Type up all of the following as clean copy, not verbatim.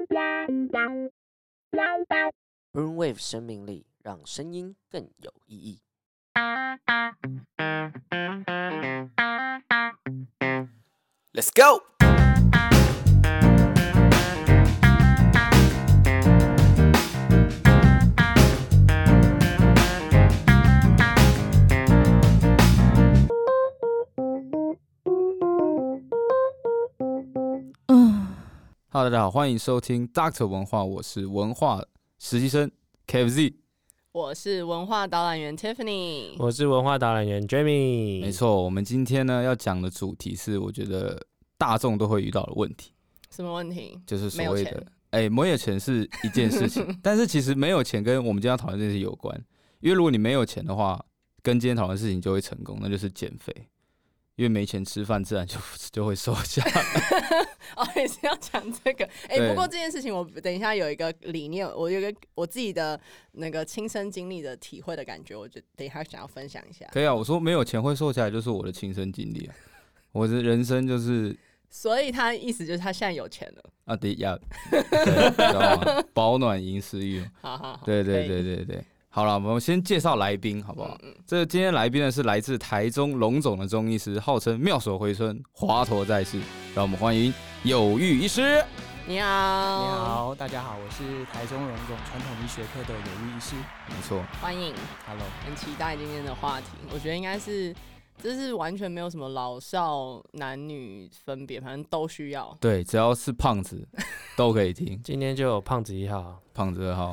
Brainwave 生命力，让声音更有意义。Let's go！ Hello， 大家好，欢迎收听 Dr. 文化，我是文化实习生 KFZ， 我是文化导览员 Tiffany， 我是文化导览员 Jamie。 没错，我们今天呢要讲的主题是我觉得大众都会遇到的问题。 什么问题？ 就是所谓的没有钱是一件事情，但是其实没有钱跟我们今天要讨论这件事有关，因为如果你没有钱的话，跟今天讨论的事情就会成功，那就是减肥。因为没钱吃饭，自然就会瘦下来。 哦，也是要讲这个。不过这件事情我等一下有一个理念，我有一个我自己的那个亲身经历的体会的感觉，我就等一下想要分享一下。 可以啊，我说没有钱会瘦下来，就是我的亲身经历啊。我的人生就是， 所以他的意思就是他现在有钱了啊，对呀，知道吗？保暖饮食欲。 好， 对。好了，我们先介绍来宾，好不好？这今天来宾呢是来自台中龙总的中医师，号称妙手回春，华佗在世。让我们欢迎有玉医师。 你好， 你好，大家好，我是台中龙总传统医学科的有玉医师。 没错， 欢迎 ，Hello， 很期待今天的话题。我觉得应该是。这是完全没有什么老少男女分别，反正都需要。 对，只要是胖子都可以听。 今天就有胖子1号， 胖子2号。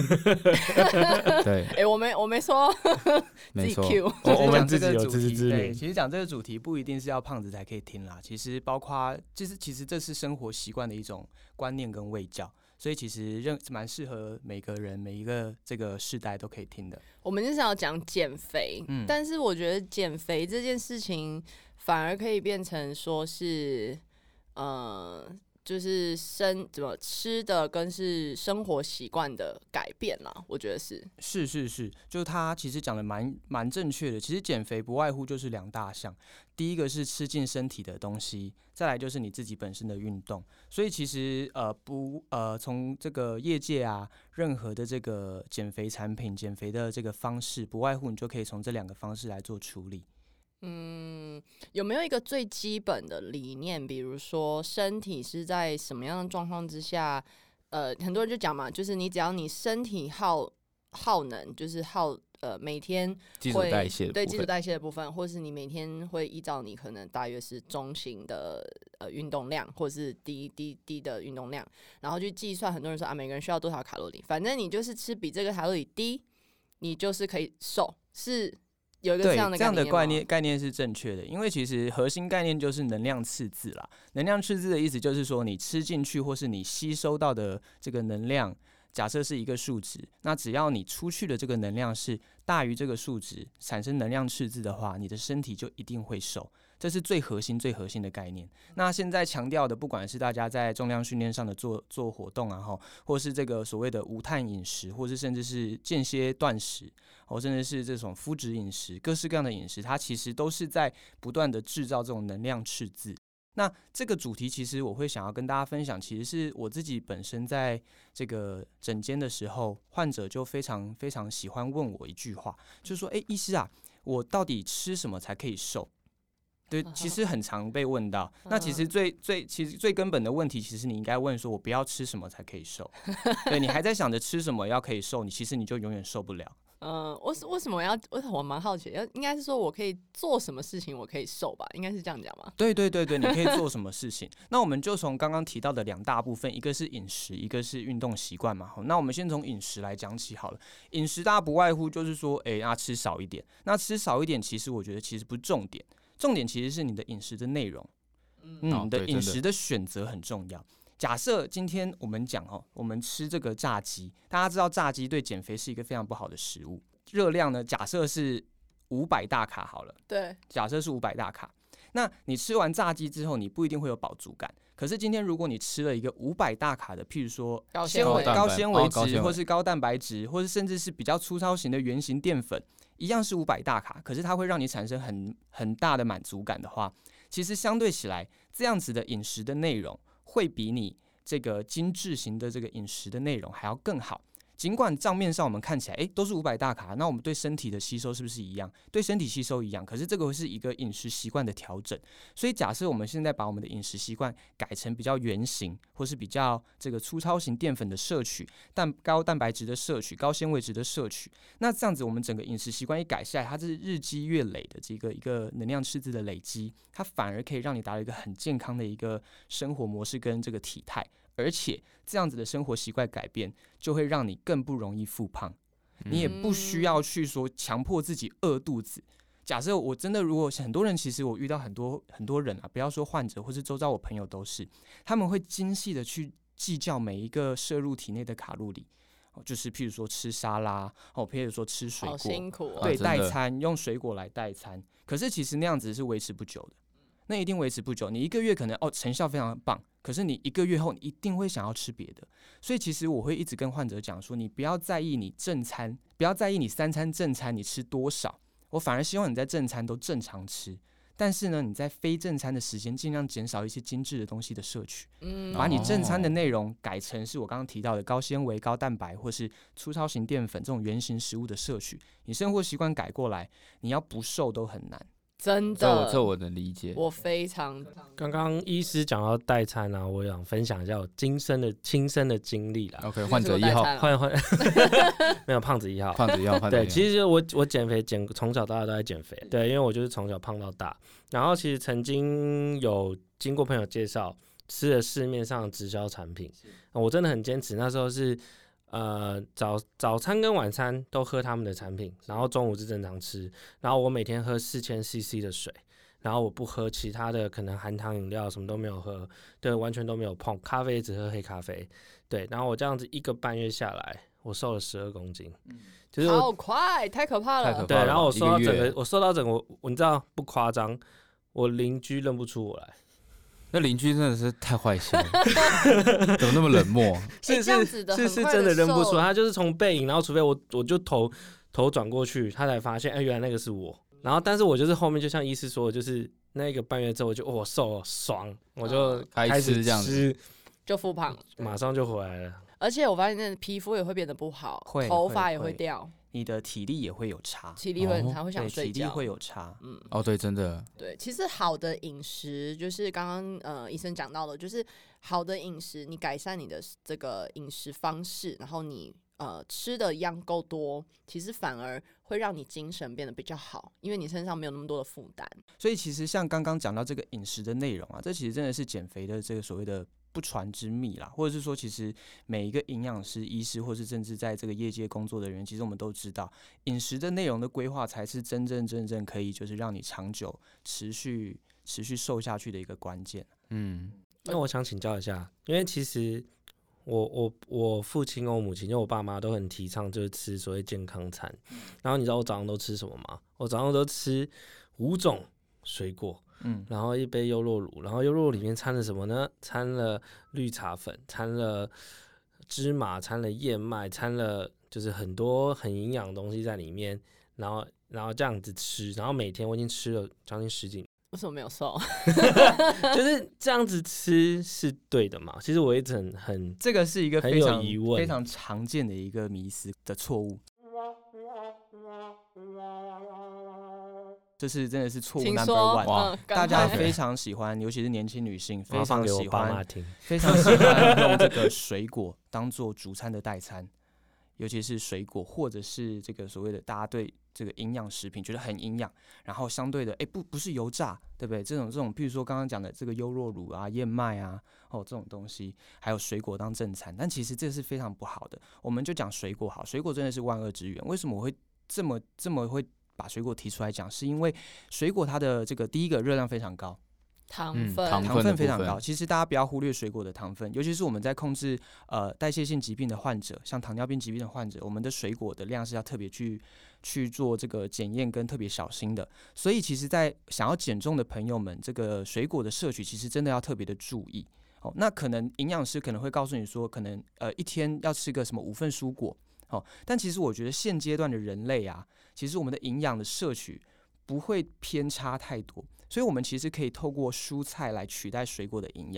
对， 我没说， 没错， 我们自己有自知之明。 对，其实讲这个主题不一定是要胖子才可以听啦，其实包括其实这是生活习惯的一种观念跟卫教。所以其实蛮适合每个人每一个这个世代都可以听的。 我们就是要讲减肥，但是我觉得减肥这件事情反而可以变成说是，就是怎么吃的跟是生活习惯的改变啦，我觉得是， 就他其实讲的蛮正确的。其实减肥不外乎就是2大项，第一个是吃进身体的东西，再来就是你自己本身的运动。所以其实从这个业界啊，任何的这个减肥产品、减肥的这个方式，不外乎你就可以从这2个方式来做处理。 有没有一个最基本的理念？比如说，身体是在什么样的状况之下？很多人就讲嘛，就是只要你身体耗能，就是每天基础代谢的部分， 对基础代谢的部分，或是你每天会依照你可能大约是中型的运动量，或是低的运动量，然后去计算。很多人说每个人需要多少卡路里，反正你就是吃比这个卡路里低，你就是可以瘦。是。有一个这样的概念是正确的，因为其实核心概念就是能量赤字啦。能量赤字的意思就是说，你吃进去或是你吸收到的这个能量，假设是一个数值，那只要你出去的这个能量是大于这个数值，产生能量赤字的话，你的身体就一定会瘦。这是最核心的概念。那现在强调的，不管是大家在重量训练上的做活动啊，或是这个所谓的无碳饮食，或是甚至是间歇断食，甚至是这种麸质饮食，各式各样的饮食，它其实都是在不断的制造这种能量赤字。那这个主题其实我会想要跟大家分享，其实是我自己本身在这个诊间的时候，患者就非常非常喜欢问我一句话，就是说，医师啊，我到底吃什么才可以瘦？对，其实很常被问到。那其实最根本的问题，其实你应该问说，我不要吃什么才可以瘦？对，你还在想着吃什么要可以瘦，其实你就永远瘦不了。 为什么我蛮好奇，应该是说我可以做什么事情我可以瘦吧？应该是这样讲吗？ 对，你可以做什么事情？那我们就从刚刚提到的2大部分，一个是饮食，一个是运动习惯嘛。那我们先从饮食来讲起好了。饮食大家不外乎就是说，吃少一点。那吃少一点，其实我觉得其实不是重点。重点其实是你的饮食的内容，你的饮食的选择很重要。假设今天我们讲我们吃这个炸鸡，大家知道炸鸡对减肥是一个非常不好的食物，热量呢，假设是500大卡好了， 对， 假设是500大卡。那你吃完炸鸡之后，你不一定会有饱足感。可是今天如果你吃了一个500大卡的，譬如说高纤维质，或是高蛋白质，或是甚至是比较粗糙型的原型淀粉，一样是500大卡，可是它会让你产生很大的满足感的话，其实相对起来，这样子的饮食的内容会比你这个精致型的这个饮食的内容还要更好。尽管账面上我们看起来，都是500大卡，那我们对身体的吸收是不是一样？对身体吸收一样，可是这个是一个饮食习惯的调整。所以假设我们现在把我们的饮食习惯改成比较圆形，或是比较这个粗糙型淀粉的摄取，高蛋白质的摄取，高纤维质的摄取，那这样子我们整个饮食习惯一改下来，它是日积月累的这个一个能量赤字的累积，它反而可以让你达到一个很健康的一个生活模式跟这个体态。而且这样子的生活习惯改变，就会让你更不容易复胖，你也不需要去说强迫自己饿肚子。假设我真的，如果很多人，其实我遇到很多人啊，不要说患者，或是周遭我朋友都是，他们会精细的去计较每一个摄入体内的卡路里。就是譬如说吃沙拉，譬如说吃水果， 好辛苦哦。 对，代餐用水果来代餐，可是其实那样子是维持不久的。那一定维持不久，你1个月可能成效非常棒，可是你1个月后你一定会想要吃别的。所以其实我会一直跟患者讲说，你不要在意你正餐，不要在意你3餐正餐你吃多少，我反而希望你在正餐都正常吃。但是呢，你在非正餐的时间尽量减少一些精致的东西的摄取，把你正餐的内容改成是我刚刚提到的高纤维、高蛋白或是粗糙型淀粉这种原型食物的摄取。你生活习惯改过来，你要不瘦都很难。 真的， 这我能理解。 我非常。 刚刚医师讲到代餐啊，我想分享一下我亲身的经历啦。 OK， 患者1号， 换没有胖子1号， 胖子1号， 对，其实我减肥从小到大都在减肥，对，因为我就是从小胖到大。然后其实曾经有经过朋友介绍，吃了市面上的直销产品，我真的很坚持。那时候是早餐跟晚餐都喝他们的产品，然后中午是正常吃，然后我每天喝4000cc 的水，然后我不喝其他的可能含糖饮料，什么都没有喝，对，完全都没有碰，咖啡只喝黑咖啡，对，然后我这样子1个半月下来，我瘦了12公斤，就是好快，太可怕了。 对，然后我瘦到整个，你知道不夸张，我邻居认不出我来。 那邻居真的是太坏心了，怎么那么冷漠？ 是真的认不出来，他就是从背影，然后除非我就头转过去，他才发现，原来那个是我。然后，但是我就是后面就像医师说的，就是那1个半月之后，我就瘦了，爽，我就开始这样子， 就复胖， 马上就回来了。 而且我发现，那皮肤也会变得不好，头发也会掉。 你的体力也会有差， 体力会很差，会想睡觉， 体力会有差。 对，真的。 对，其实好的饮食就是刚刚医生讲到的，就是好的饮食，你改善你的这个饮食方式，然后你吃的样够多，其实反而会让你精神变得比较好，因为你身上没有那么多的负担。 所以其实像刚刚讲到这个饮食的内容啊，这其实真的是减肥的这个所谓的不传之秘啦，或者是说，其实每一个营养师、医师，或是甚至在这个业界工作的人，其实我们都知道，饮食的内容的规划才是真正可以就是让你长久持续瘦下去的一个关键。 那我想请教一下，因为其实我父亲跟我母亲，就我爸妈都很提倡就是吃所谓健康餐。然后你知道我早上都吃什么吗？我早上都吃5种水果。然后1杯优酪乳，然后优酪乳里面掺了什么呢？掺了绿茶粉，掺了芝麻，掺了燕麦，掺了就是很多很营养的东西在里面，然后这样子吃，然后每天我已经吃了将近10几年。 为什么没有瘦？ 就是这样子吃是对的嘛？其实我一直很这个是一个很有疑问， 非常常见的一个迷思的错误。这是真的是错误 No.1，大家非常喜欢，尤其是年轻女性，非常喜欢用这个水果当做主餐的代餐，尤其是水果或者是这个所谓的大家对这个营养食品觉得很营养，然后相对的不是油炸，对不对？这种譬如说刚刚讲的这个优酪乳啊、燕麦啊，这种东西，还有水果当正餐，但其实这是非常不好的。我们就讲水果好，水果真的是万恶之源。为什么我会这么会把水果提出来讲？是因为水果它的这个第一个热量非常高， 糖分非常高。其实大家不要忽略水果的糖分，尤其是我们在控制代谢性疾病的患者，像糖尿病疾病的患者，我们的水果的量是要特别去做这个检验跟特别小心的。所以其实在想要减重的朋友们，这个水果的摄取其实真的要特别的注意。那可能营养师可能会告诉你说，可能一天要吃个什么5份蔬果。但其实我觉得现阶段的人类啊，其实我们的营养的摄取不会偏差太多，所以我们其实可以透过蔬菜来取代水果的营养。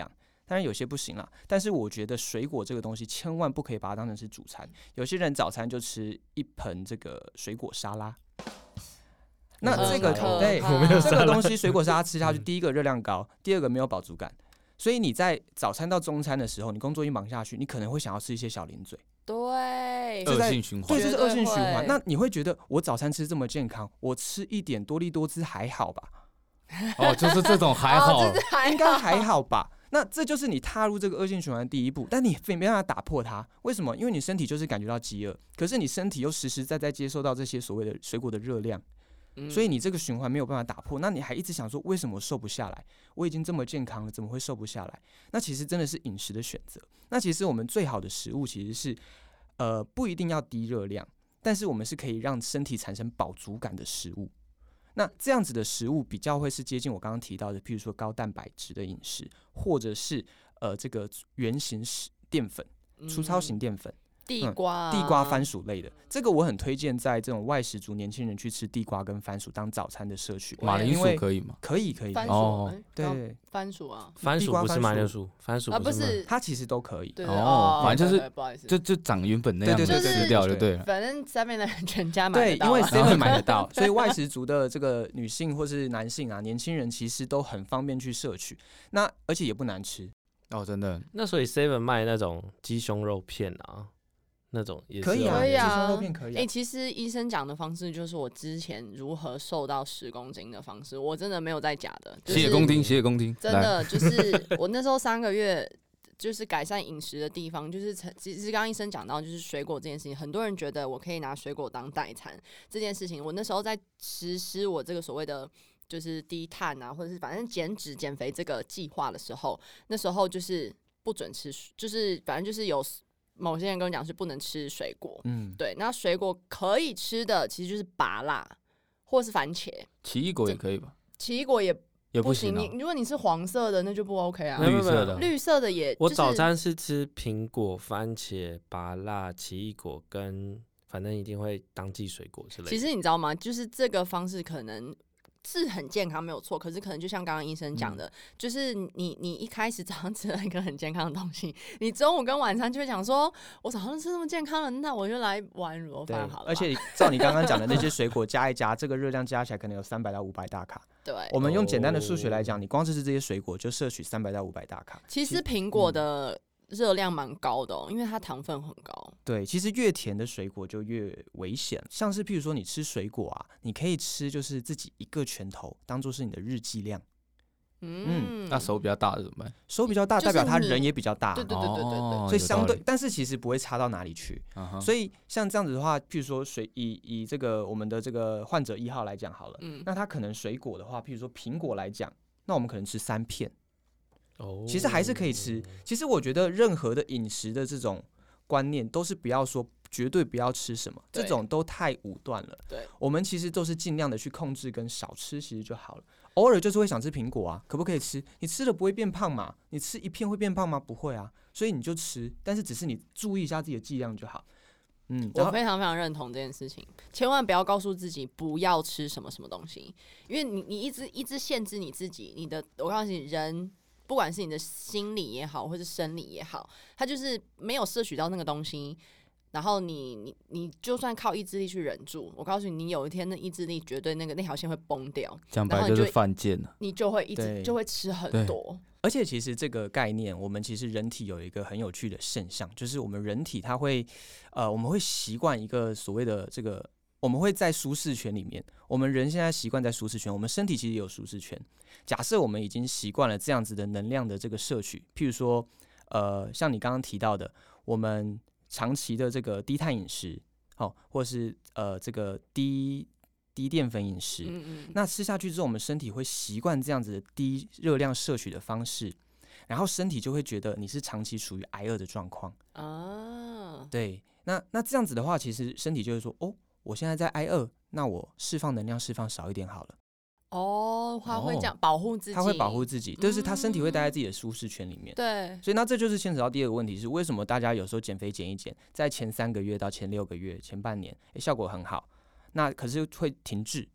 当然有些不行啦。但是我觉得水果这个东西千万不可以把它当成是主餐。有些人早餐就吃一盆这个水果沙拉，那这个对这个东西水果沙拉吃下去，第一个热量高，第二个没有饱足感。所以你在早餐到中餐的时候，你工作一忙下去，你可能会想要吃一些小零嘴， 对， 恶性循环。 对，这是恶性循环。 绝对会那你会觉得我早餐吃这么健康，我吃一点多利多滋还好吧？ 哦，就是这种还好， 哦这是还好应该还好吧？那这就是你踏入这个恶性循环的第一步，但你没办法打破它。为什么？因为你身体就是感觉到饥饿，可是你身体又实实在在接受到这些所谓的水果的热量，所以你这个循环没有办法打破。那你还一直想说，为什么我瘦不下来？我已经这么健康了，怎么会瘦不下来？那其实真的是饮食的选择。那其实我们最好的食物其实是，不一定要低热量，但是我们是可以让身体产生饱足感的食物。那这样子的食物比较会是接近我刚刚提到的，譬如说高蛋白质的饮食，或者是这个原型淀粉、粗糙型淀粉。 地瓜、 地瓜、番薯类的，这个我很推荐在这种外食族年轻人去吃地瓜跟番薯当早餐的摄取。 马铃薯可以吗？ 可以。 番薯， 哦对， 番薯啊， 番薯不是马铃薯，番薯不是， 它其实都可以。 对哦，反正就是不好意思， 就长原本那样子对吃掉就对了。 反正7-Eleven的全家买对， 得到啊， 因为 7-Eleven 买得到，所以外食族的这个女性或是男性啊，年轻人其实都很方便去摄取。那而且也不难吃。 哦，真的。 那所以 7 卖那种鸡胸肉片啊，那种也是可以啊， 可以啊鸡胸肉片可以啊。 其实医生讲的方式就是我之前如何瘦到10公斤的方式，我真的没有在假的。就是、 血公斤，血公斤， 真的就是我那时候3个月。就是改善饮食的地方，就是其实刚刚医生讲到，就是水果这件事情，很多人觉得我可以拿水果当代餐这件事情，我那时候在实施我这个所谓的就是低碳啊，或者是反正减脂减肥这个计划的时候，那时候就是不准吃，就是反正就是有某些人跟我讲是不能吃水果，对，那水果可以吃的其实就是芭乐或是番茄， 奇异果也可以吧？ 奇异果也不行， 哦， 如果你是黄色的，那就不 OK 啊。 绿色的， 绿色的也。 我早餐是吃苹果、番茄、芭乐、奇异果，跟反正一定会当季水果之类的。 其实你知道吗？就是这个方式可能是很健康没有错，可是可能就像刚刚医生讲的，就是你一开始早上吃了一个很健康的东西，你中午跟晚上就会想说，我早上吃那么健康了，那我就来玩卤肉饭好了。 而且照你刚刚讲的那些水果加一加，这个热量加起来可能有300到500大卡。 对， 我们用简单的数学来讲，你光是吃这些水果就摄取300到500大卡。 其实苹果的热量蛮高的因为它糖分很高。 对，其实越甜的水果就越危险。像是譬如说你吃水果啊，你可以吃就是自己1个拳头当做是你的日剂量。 那手比较大的怎么办？ 手比较大，代表他人也比较大。 对， 所以相对，但是其实不会差到哪里去。所以像这样子的话，譬如说以这个我们的这个患者1号来讲好了，那他可能水果的话，譬如说苹果来讲，那我们可能吃3片。其实还是可以吃。其实我觉得任何的饮食的这种观念，都是不要说绝对不要吃什么，这种都太武断了。 对， 我们其实都是尽量的去控制跟少吃，其实就好了。偶尔就是会想吃苹果啊，可不可以吃？你吃了不会变胖嘛？你吃1片会变胖吗？不会啊，所以你就吃，但是只是你注意一下自己的剂量就好。 我非常非常认同这件事情，千万不要告诉自己不要吃什么什么东西，因为你一直限制你自己，我告诉你，人不管是你的心理也好，或是生理也好，他就是没有摄取到那个东西。然后你就算靠意志力去忍住，我告诉你，你有一天那意志力绝对那条线会崩掉， 讲白就是犯贱了， 你就会就会吃很多。 而且其实这个概念，我们其实人体有一个很有趣的现象，就是我们人体它会我们会习惯一个所谓的这个，我们会在舒适圈里面。我们人现在习惯在舒适圈，我们身体其实也有舒适圈。假设我们已经习惯了这样子的能量的这个摄取，譬如说像你刚刚提到的，我们长期的这个低碳饮食，或是这个低淀粉饮食，那吃下去之后，我们身体会习惯这样子的低热量摄取的方式，然后身体就会觉得你是长期处于挨饿的状况啊。对，那这样子的话，其实身体就会说，我现在在挨饿，那我释放能量释放少一点好了。 他会这样保护自己， 他会保护自己，就是他身体会待在自己的舒适圈里面。 对， 所以那这就是牵扯到第二个问题是，为什么大家有时候减肥减一减，在前3个月到前6个月、前半年，效果很好，那可是会停滞，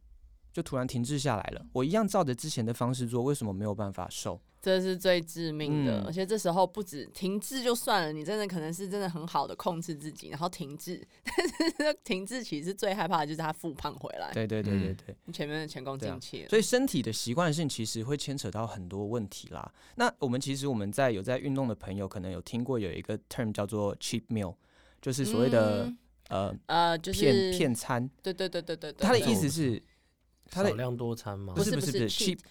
就突然停滞下来了。我一样照着之前的方式做，为什么没有办法瘦？ 这是最致命的，而且这时候不止停滞就算了，你真的可能是真的很好的控制自己，然后停滞，但是停滞其实最害怕的就是他复胖回来， 对， 你前面的前功尽弃了。 所以身体的习惯性其实会牵扯到很多问题啦。那我们有在运动的朋友可能有听过有一个 term 叫做 cheat meal， 就是所谓的就是片餐。对，他的意思是少量多餐吗？ 不是 cheat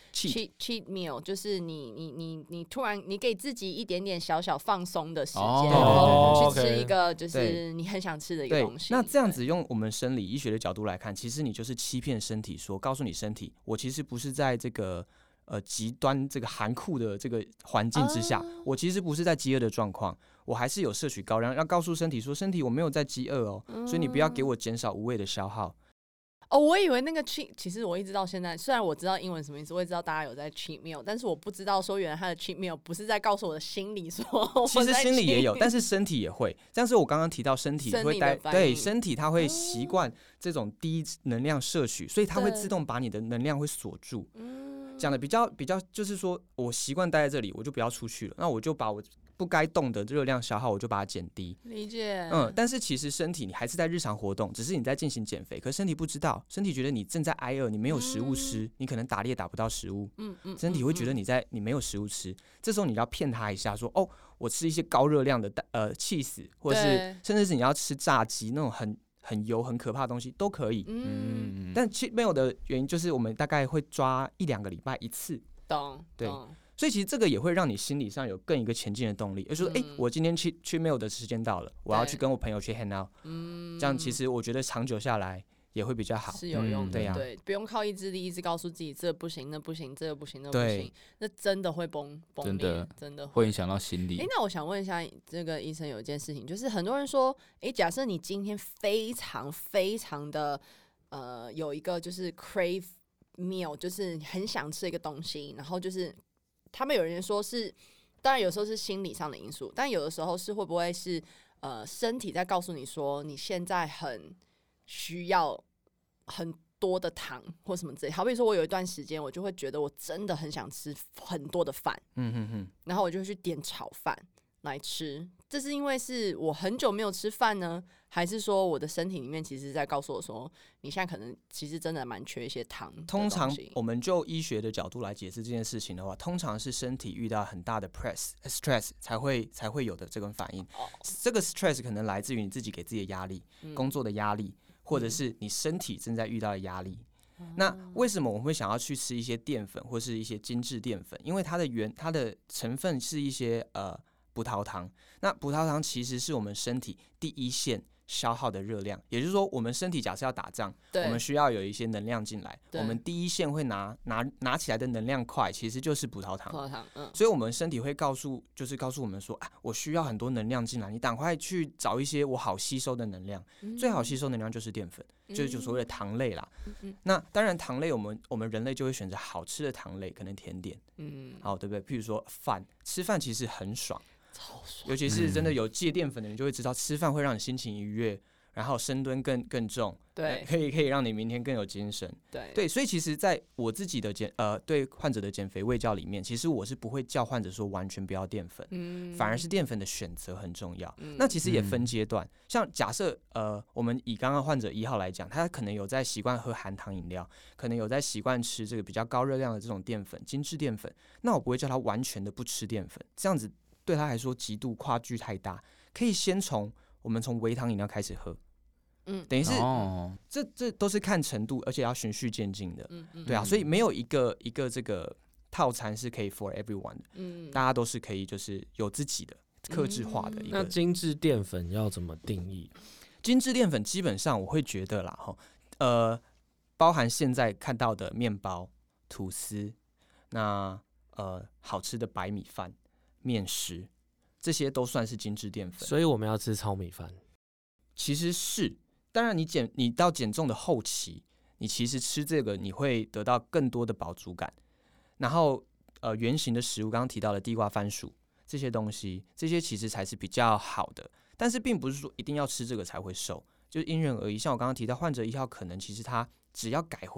meal， 就是你突然你给自己一点点小小放松的时间，然后去吃一个就是你很想吃的一个东西。 那这样子用我们生理医学的角度来看，其实你就是欺骗身体说，告诉你身体，我其实不是在这个极端这个寒酷的这个环境之下，我其实不是在饥饿的状况，我还是有摄取高量，要告诉身体说，身体我没有在饥饿哦，所以你不要给我减少无谓的消耗。 我以为那个 cheat， 其实我一直到现在，虽然我知道英文什么意思，我也知道大家有在 cheat meal， 但是我不知道说原来他的 cheat meal 不是在告诉我的心理说， 其实心里也有，但是身体也会。像是我刚刚提到身体会对身体它会习惯这种低能量摄取，所以它会自动把你的能量会锁住。讲的比较就是说我习惯待在这里，我就不要出去了，那我就把我不该动的热量消耗，我就把它减低。 理解。 但是其实身体你还是在日常活动，只是你在进行减肥，可是身体不知道，身体觉得你正在挨饿，你没有食物吃，你可能打猎打不到食物，身体会觉得你没有食物吃，这时候你要骗他一下说，我吃一些高热量的cheese，或者是甚至是你要吃炸鸡那种很油很可怕的东西都可以。但 cheat meal 的原因就是我们大概会抓1-2个礼拜一次。 懂。 对。所以其实这个也会让你心理上有更一个前进的动力，就是说，我今天cheat meal 的时间到了，我要去跟我朋友去 hang out，这样其实我觉得长久下来也会比较好， 是有用的。 对， 不用靠意志力一直告诉自己这不行那不行，这不行那不行，那真的会崩裂，真的会影响到心理。 那我想问一下，这个医生有一件事情，就是很多人说，假设你今天非常非常的有一个就是 crave meal， 就是很想吃一个东西，然后就是他们有人说是，当然有时候是心理上的因素，但有的时候是会不会是身体在告诉你说你现在很需要很多的糖或什么之类。好比说我有一段时间我就会觉得我真的很想吃很多的饭，然后我就会去点炒饭来吃。这是因为是我很久没有吃饭呢，还是说我的身体里面其实在告诉我说你现在可能其实真的蛮缺一些糖的东西？ 通常我们就医学的角度来解释这件事情的话，通常是身体遇到很大的 stress 才会有的这种反应。这个 stress 可能来自于你自己给自己的压力，工作的压力，或者是你身体正在遇到的压力。那为什么我们会想要去吃一些淀粉或是一些精致淀粉？因为它的成分是一些葡萄糖。那葡萄糖其实是我们身体第一线消耗的热量，也就是说，我们身体假设要打仗，我们需要有一些能量进来，我们第一线会拿起来的能量块，其实就是葡萄糖。所以我们身体会告诉我们说，我需要很多能量进来，你赶快去找一些我好吸收的能量。最好吸收能量就是淀粉，就是所谓的糖类啦。那当然，糖类我们人类就会选择好吃的糖类，可能甜点，好，对不对？譬如说饭，吃饭其实很爽。尤其是真的有戒淀粉的人就会知道，吃饭会让你心情愉悦，然后深蹲更重， 对， 可以让你明天更有精神，对，所以其实在我自己的对患者的减肥卫教里面，其实我是不会叫患者说完全不要淀粉，反而是淀粉的选择很重要。那其实也分阶段，像假设我们以刚刚患者1号来讲，他可能有在习惯喝含糖饮料，可能有在习惯吃这个比较高热量的这种淀粉，精致淀粉，那我不会叫他完全的不吃淀粉，这样子对他来说极度跨距太大，可以先我们从微糖饮料开始喝，等于是这都是看程度，而且要循序渐进的，对啊，所以没有一个这个套餐是可以 for everyone 的，大家都是可以就是有自己的客制化的一个。 那精致淀粉要怎么定义？ 精致淀粉基本上我会觉得啦，包含现在看到的面包、吐司，那好吃的白米饭、面食，这些都算是精致淀粉。 所以我们要吃糙米饭。 其实是，当然你到减重的后期，你其实吃这个你会得到更多的饱足感。然后原型的食物，刚刚提到的地瓜、番薯这些东西，这些其实才是比较好的。但是并不是说一定要吃这个才会瘦，就是因人而异。像我刚刚提到患者1号，可能其实他只要改回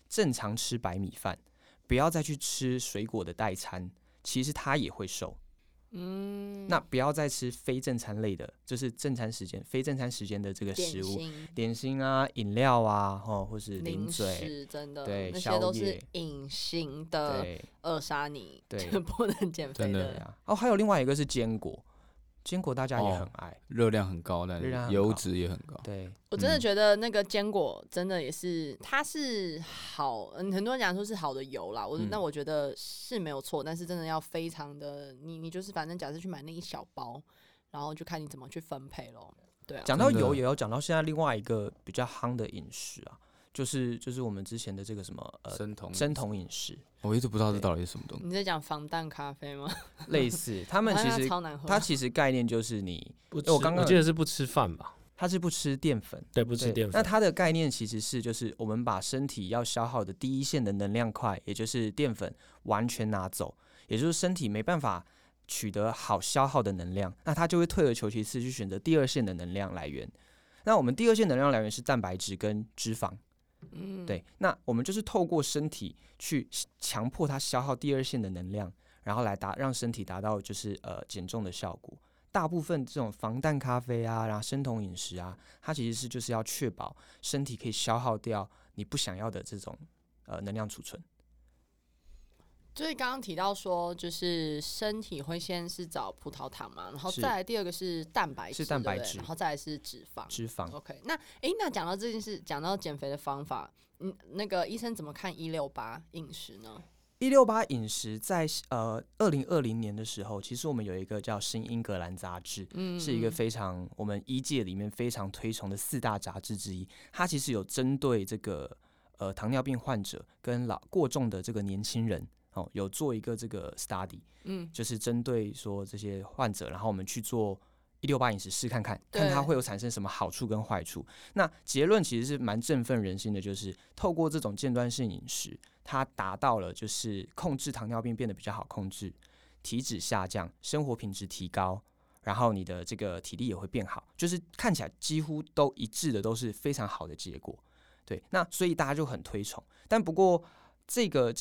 正常吃白米饭，不要再去吃水果的代餐，其实它也会瘦。那不要再吃非正餐类的，就是非正餐时间的这个食物，点心啊、饮料啊，或是零嘴， 真的， 对， 那些都是隐形的扼杀你，对，不能减肥的呀。还有另外一个是坚果。坚果大家也很爱， 热量很高，但是油脂也很高。 对， 我真的觉得那个坚果真的也是，它是好，很多人讲说是好的油啦，那我觉得是没有错，但是真的要非常的，你就是反正假设去买那一小包，然后就看你怎么去分配咯。对啊， 讲到油也要讲到现在另外一个比较夯的饮食啊。就是我们之前的这个什么生酮饮食， 我一直不知道这到底是什么东西。 你在讲防弹咖啡吗？ 类似，他们其实它其实概念就是你不吃，我记得是不吃饭吧？ 它是不吃淀粉， 对，不吃淀粉。 那它的概念其实是就是我们把身体要消耗的第一线的能量块，也就是淀粉完全拿走，也就是身体没办法取得好消耗的能量，那它就会退而求其次去选择第二线的能量来源。那我们第二线能量来源是蛋白质跟脂肪。对，那我们就是透过身体去强迫它消耗第二线的能量，然后来让身体达到就是减重的效果。大部分这种防弹咖啡啊，然后生酮饮食啊，它其实是就是要确保身体可以消耗掉你不想要的这种能量储存。 所以刚刚提到说，就是身体会先是找葡萄糖嘛，然后再来第二个是蛋白质，然后再来是脂肪。OK， 那讲到这件事，讲到减肥的方法，那个医生怎么看168饮食呢 ？168饮食在2020年的时候，其实我们有一个叫《新英格兰》杂志，是一个非常我们医界里面非常推崇的4大杂志之一。它其实有针对这个糖尿病患者跟过重的这个年轻人。有做一个这个 study，就是针对说这些患者，然后我们去做168饮食试看看它会有产生什么好处跟坏处。那结论其实是蛮振奋人心的，就是透过这种间断性饮食，它达到了就是控制糖尿病变得比较好控制，体脂下降，生活品质提高，然后你的这个体力也会变好，就是看起来几乎都一致的，都是非常好的结果。对，那所以大家就很推崇，但不过。这个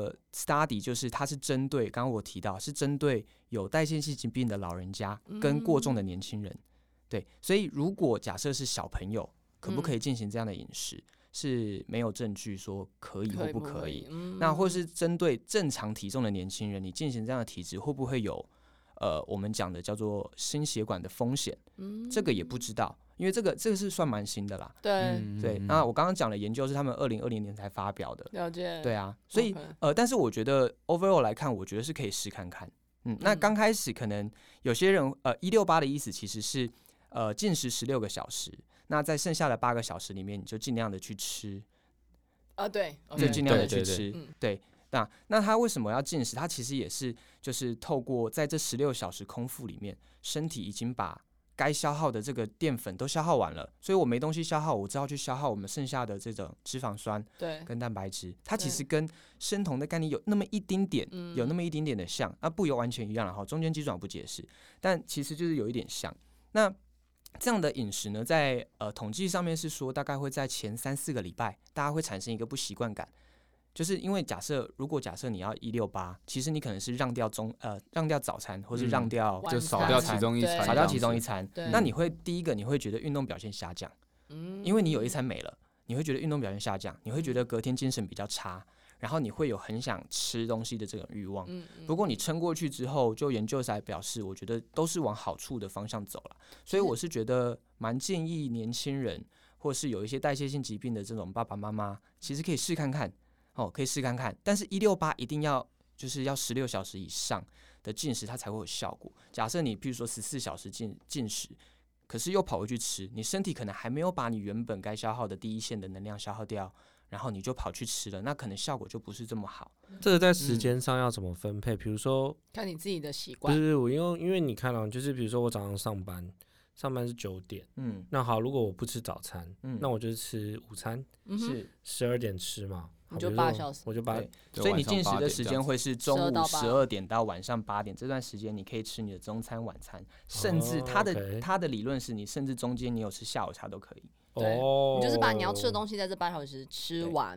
study 就是它是针对刚刚我提到是针对有代谢性疾病的老人家跟过重的年轻人，对，所以如果假设是小朋友，可不可以进行这样的饮食，是没有证据说可以或不可以。那或是针对正常体重的年轻人，你进行这样的体质会不会有我们讲的叫做心血管的风险？这个也不知道。因为这个是算蛮新的啦，对，那我刚刚讲的研究是他们2020年才发表的， 了解， 对啊，所以但是我觉得 overall 来看，我觉得是可以试看看，那刚开始可能有些人168的意思其实是禁食16个小时，那在剩下的8个小时里面，你就尽量的去吃， 对， 就尽量的去吃，对。那他为什么要禁食？他其实也是就是透过在这16小时空腹里面，身体已经把该消耗的这个淀粉都消耗完了，所以我没东西消耗，我只好去消耗我们剩下的这种脂肪酸跟蛋白质。它其实跟生酮的概念有那么一丁点，有那么一丁点的像，不有完全一样了哈。中间基转不解释，但其实就是有一点像。那这样的饮食呢，在统计上面是说，大概会在前3-4个礼拜，大家会产生一个不习惯感。就是因为如果假设你要168，其实你可能是让掉早餐，或是让掉就少掉其中一餐， 那你会第一个你会觉得运动表现下降，因为你有一餐没了，你会觉得运动表现下降，你会觉得隔天精神比较差，然后你会有很想吃东西的这种欲望。不过你撑过去之后，就研究才表示，我觉得都是往好处的方向走了，所以我是觉得蛮建议年轻人或是有一些代谢性疾病的这种爸爸妈妈，其实可以试看看。可以试看看，但是168一定要就是要16小时以上的进食，它才会有效果。假设你比如说14小时进食，可是又跑回去吃，你身体可能还没有把你原本该消耗的第一线的能量消耗掉，然后你就跑去吃了，那可能效果就不是这么好。 这个在时间上要怎么分配？比如说看你自己的习惯。 不是我因为你看到，就是比如说我早上上班是9点，那好，如果我不吃早餐，那我就吃午餐， 是 12点吃嘛。 你就8小时， 我就8， 所以你进食的时间会是中午12点到晚上8点这段时间，你可以吃你的中餐、晚餐，甚至他的理论是你甚至中间你有吃下午茶都可以。 对，你就是把你要吃的东西在这8小时吃完，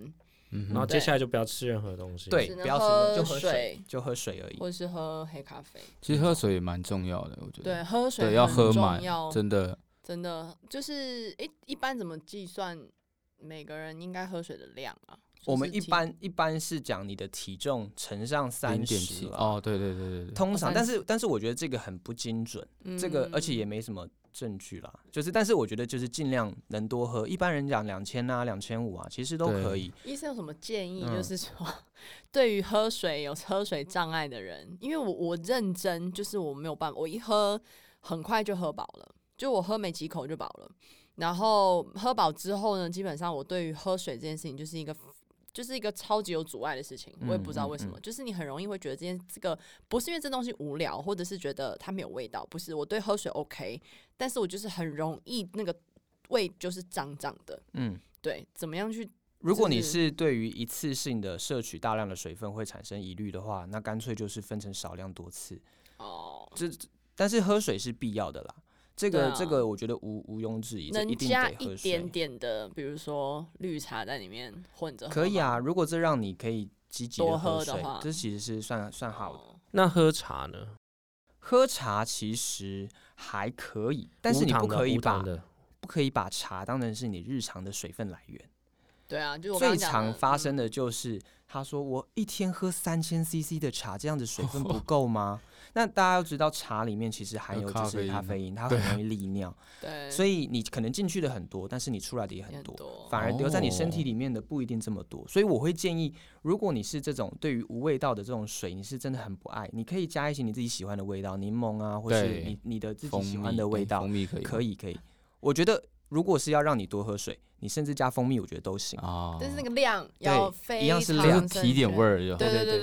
然后接下来就不要吃任何东西。 对， 只能不要喝吃，就喝水水，就喝水而已。 或者是喝黑咖啡。 其实喝水也蛮重要的，我觉得。 对，喝水对，要很喝满重要， 真的。 真的就是一般怎么计算每个人应该喝水的量啊？ 我们一般是讲你的体重乘上30 哦，对对对对对。 通常， 30 但是我觉得这个很不精准，这个而且也没什么证据啦。但是我觉得就是尽量能多喝，一般人讲2000啊、2500啊，其实都可以。 医生有什么建议？就是说，对于有喝水障碍的人，因为我认真，就是我没有办法，我一喝很快就喝饱了，就我喝没几口就饱了。然后喝饱之后呢，基本上我对于喝水这件事情就是一个超级有阻碍的事情，我也不知道为什么，就是你很容易会觉得这个不是因为这东西无聊，或者是觉得它没有味道，不是，我对喝水 OK， 但是我就是很容易那个胃就是胀胀的，对，怎么样去？ 如果你是对于一次性的摄取大量的水分会产生疑虑的话，那干脆就是分成少量多次。但是喝水是必要的啦。这个我觉得毋庸置疑， 能加一点点的，比如说绿茶在里面混着喝， 可以啊。如果这让你可以积极多喝水的话， 这其实是算好的。 那喝茶呢？ 喝茶其实还可以，但是你不可以把茶当成是你日常的水分来源。 对啊，就我最常发生的就是他说我一天喝3000cc 的茶，这样子水分不够吗？那大家要知道，茶里面其实含有就是咖啡因，它很容易利尿。 对， 所以你可能进去的很多，但是你出来的也很多，反而留在你身体里面的不一定这么多。所以我会建议，如果你是这种对于无味道的这种水，你是真的很不爱，你可以加一些你自己喜欢的味道，柠檬啊，或是你的自己喜欢的味道， 蜂蜜可以。 我觉得如果是要让你多喝水，你甚至加蜂蜜，我觉得都行。 但是那个量要非常一样是量，提点味儿就好。